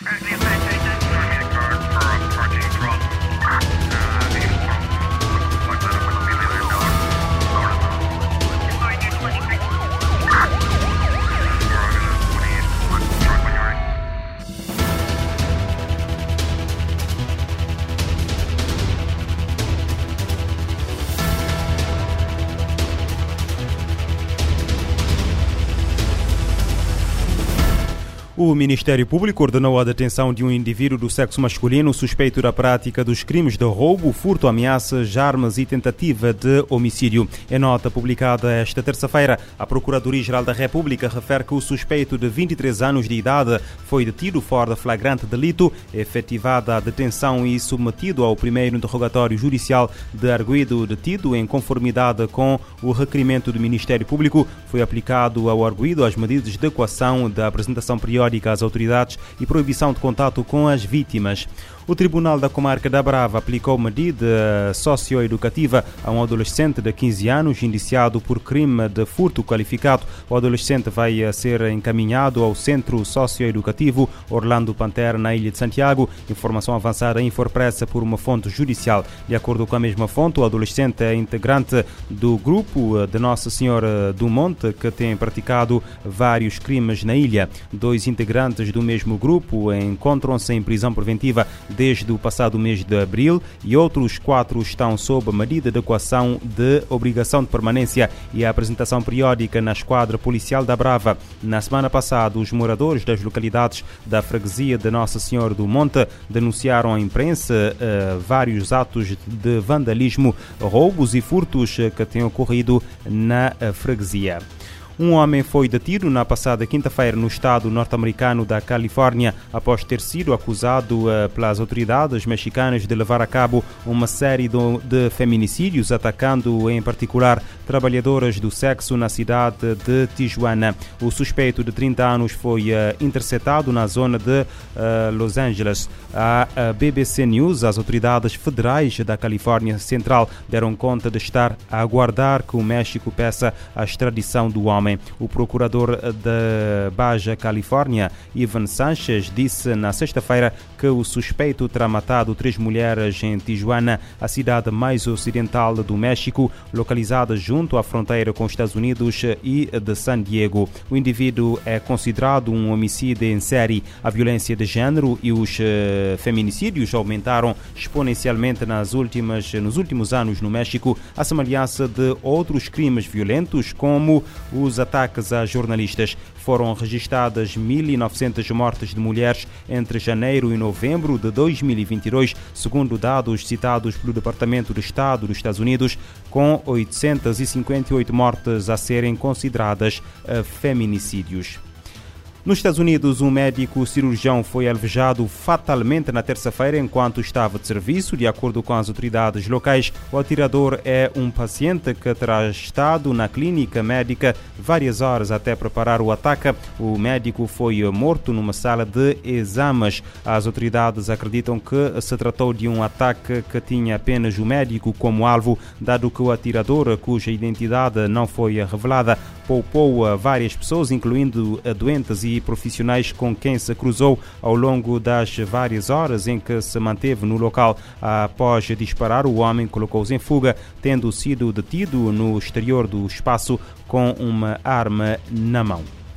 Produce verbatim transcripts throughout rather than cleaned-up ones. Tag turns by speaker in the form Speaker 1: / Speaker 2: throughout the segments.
Speaker 1: O Ministério Público ordenou a detenção de um indivíduo do sexo masculino suspeito da prática dos crimes de roubo, furto, ameaças, armas e tentativa de homicídio. Em nota publicada esta terça-feira, a Procuradoria-Geral da República refere que o suspeito de vinte e três anos de idade foi detido fora de flagrante delito, efetivada a detenção e submetido ao primeiro interrogatório judicial de arguido detido em conformidade com o requerimento do Ministério Público. Foi aplicado ao arguido as medidas de equação da apresentação periódica às autoridades e proibição de contato com as vítimas. O Tribunal da Comarca da Brava aplicou medida socioeducativa a um adolescente de quinze anos indiciado por crime de furto qualificado. O adolescente vai ser encaminhado ao Centro Socioeducativo Orlando Pantera, na Ilha de Santiago. Informação avançada em Infopressa por uma fonte judicial. De acordo com a mesma fonte, o adolescente é integrante do grupo de Nossa Senhora do Monte, que tem praticado vários crimes na ilha. Dois integrantes do mesmo grupo encontram-se em prisão preventiva desde o passado mês de abril e outros quatro estão sob medida de equação de obrigação de permanência e a apresentação periódica na esquadra policial da Brava. Na semana passada, os moradores das localidades da freguesia de Nossa Senhora do Monte denunciaram à imprensa uh, vários atos de vandalismo, roubos e furtos que têm ocorrido na uh, freguesia. Um homem foi detido na passada quinta-feira no estado norte-americano da Califórnia após ter sido acusado uh, pelas autoridades mexicanas de levar a cabo uma série de, de feminicídios, atacando em particular trabalhadoras do sexo na cidade de Tijuana. O suspeito de trinta anos foi uh, interceptado na zona de uh, Los Angeles. A, a B B C News, as autoridades federais da Califórnia Central deram conta de estar a aguardar que o México peça a extradição do homem. O procurador da Baja Califórnia, Ivan Sanchez, disse na sexta-feira que o suspeito terá matado três mulheres em Tijuana, a cidade mais ocidental do México, localizada junto à fronteira com os Estados Unidos e de San Diego. O indivíduo é considerado um homicídio em série. A violência de género e os uh, feminicídios aumentaram exponencialmente nas últimas, nos últimos anos no México, à semelhança de outros crimes violentos, como os ataques a jornalistas. Foram registradas mil e novecentas mortes de mulheres entre janeiro e novembro de dois mil e vinte e dois, segundo dados citados pelo Departamento de Estado dos Estados Unidos, com oitocentas e cinquenta e oito mortes a serem consideradas uh, feminicídios. Nos Estados Unidos, um médico cirurgião foi alvejado fatalmente na terça-feira enquanto estava de serviço. De acordo com as autoridades locais, o atirador é um paciente que terá estado na clínica médica várias horas até preparar o ataque. O médico foi morto numa sala de exames. As autoridades acreditam que se tratou de um ataque que tinha apenas o médico como alvo, dado que o atirador, cuja identidade não foi revelada, poupou várias pessoas, incluindo doentes e profissionais com quem se cruzou ao longo das várias horas em que se manteve no local. Após disparar, o homem colocou-se em fuga, tendo sido detido no exterior do espaço com uma arma na mão.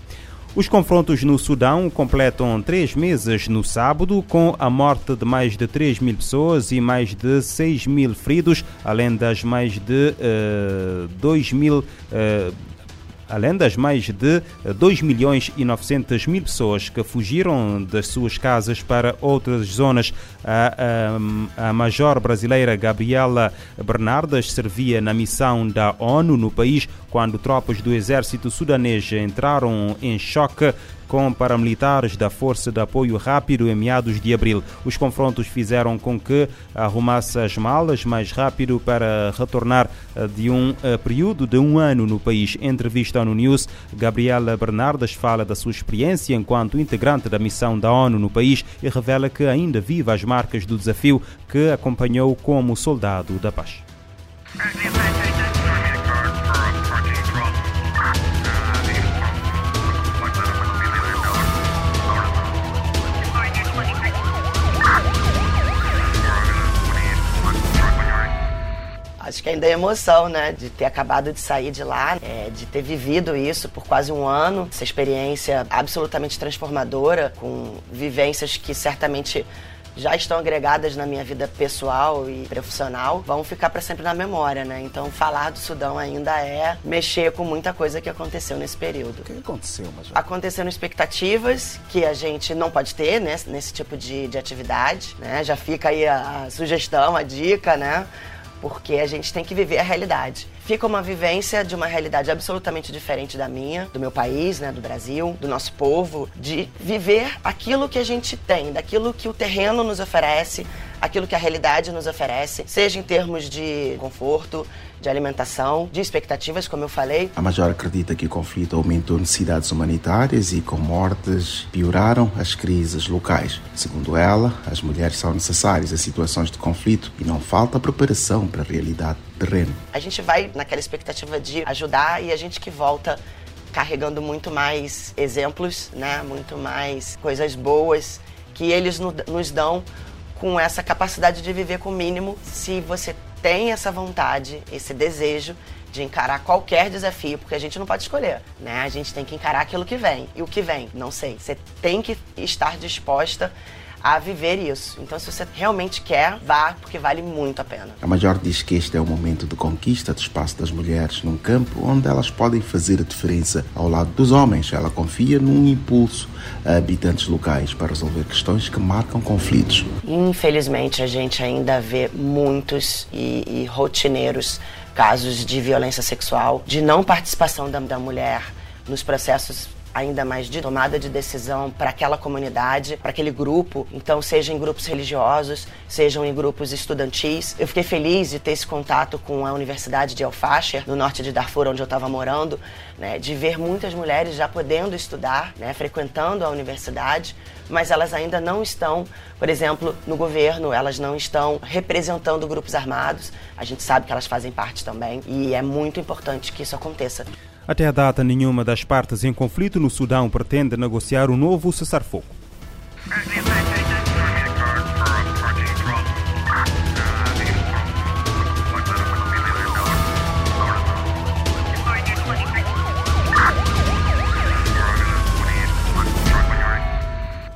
Speaker 1: Os confrontos no Sudão completam três meses no sábado, com a morte de mais de três mil pessoas e mais de seis mil feridos, além das mais de uh, dois mil uh, além das mais de dois milhões e novecentas mil pessoas que fugiram das suas casas para outras zonas. A, a, a major brasileira Gabriela Bernardas servia na missão da ONU no país quando tropas do exército sudanês entraram em choque com paramilitares da Força de Apoio Rápido em meados de abril. Os confrontos fizeram com que arrumasse as malas mais rápido para retornar de um uh, período de um ano no país. Em entrevista ao ONU News, Gabriela Bernardas fala da sua experiência enquanto integrante da missão da ONU no país e revela que ainda vive as marcas do desafio que acompanhou como soldado da paz.
Speaker 2: acho que ainda é emoção, né? De ter acabado de sair de lá, é, de ter vivido isso por quase um ano. Essa experiência absolutamente transformadora, com vivências que certamente já estão agregadas na minha vida pessoal e profissional, vão ficar para sempre na memória, né? Então, falar do Sudão ainda é mexer com muita coisa que aconteceu nesse período.
Speaker 3: O que aconteceu, Major?
Speaker 2: Aconteceram expectativas que a gente não pode ter, né, nesse tipo de, de atividade, né? Já fica aí a, a sugestão, a dica, né? Porque a gente tem que viver a realidade. Fica uma vivência de uma realidade absolutamente diferente da minha, do meu país, né, do Brasil, do nosso povo, de viver aquilo que a gente tem, daquilo que o terreno nos oferece, aquilo que a realidade nos oferece, seja em termos de conforto, de alimentação, de expectativas, como eu falei.
Speaker 3: A Major acredita que o conflito aumentou necessidades humanitárias e, com mortes, pioraram as crises locais. Segundo ela, as mulheres são necessárias em situações de conflito e não falta preparação para a realidade do terreno.
Speaker 2: A gente vai naquela expectativa de ajudar e a gente que volta carregando muito mais exemplos, né? Muito mais coisas boas que eles nos dão com essa capacidade de viver com o mínimo. Se você tem essa vontade, esse desejo de encarar qualquer desafio, porque a gente não pode escolher, né? A gente tem que encarar aquilo que vem. E o que vem? Não sei. Você tem que estar disposta a viver isso. Então, se você realmente quer, vá, porque vale muito a pena.
Speaker 3: A Major diz que este é o momento de conquista do espaço das mulheres num campo onde elas podem fazer a diferença ao lado dos homens. Ela confia num impulso a habitantes locais para resolver questões que marcam conflitos.
Speaker 2: Infelizmente, a gente ainda vê muitos e, e rotineiros casos de violência sexual, de não participação da, da mulher nos processos ainda mais de tomada de decisão para aquela comunidade, para aquele grupo. Então, seja em grupos religiosos, sejam em grupos estudantis. Eu fiquei feliz de ter esse contato com a Universidade de El Fasher, no norte de Darfur, onde eu estava morando, né, de ver muitas mulheres já podendo estudar, né, frequentando a universidade, mas elas ainda não estão, por exemplo, no governo, elas não estão representando grupos armados. A gente sabe que elas fazem parte também e é muito importante que isso aconteça.
Speaker 1: Até a data, nenhuma das partes em conflito no Sudão pretende negociar um novo cessar-fogo.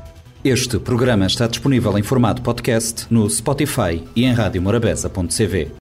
Speaker 4: Este programa está disponível em formato podcast no Spotify e em rádio morabeza ponto c v.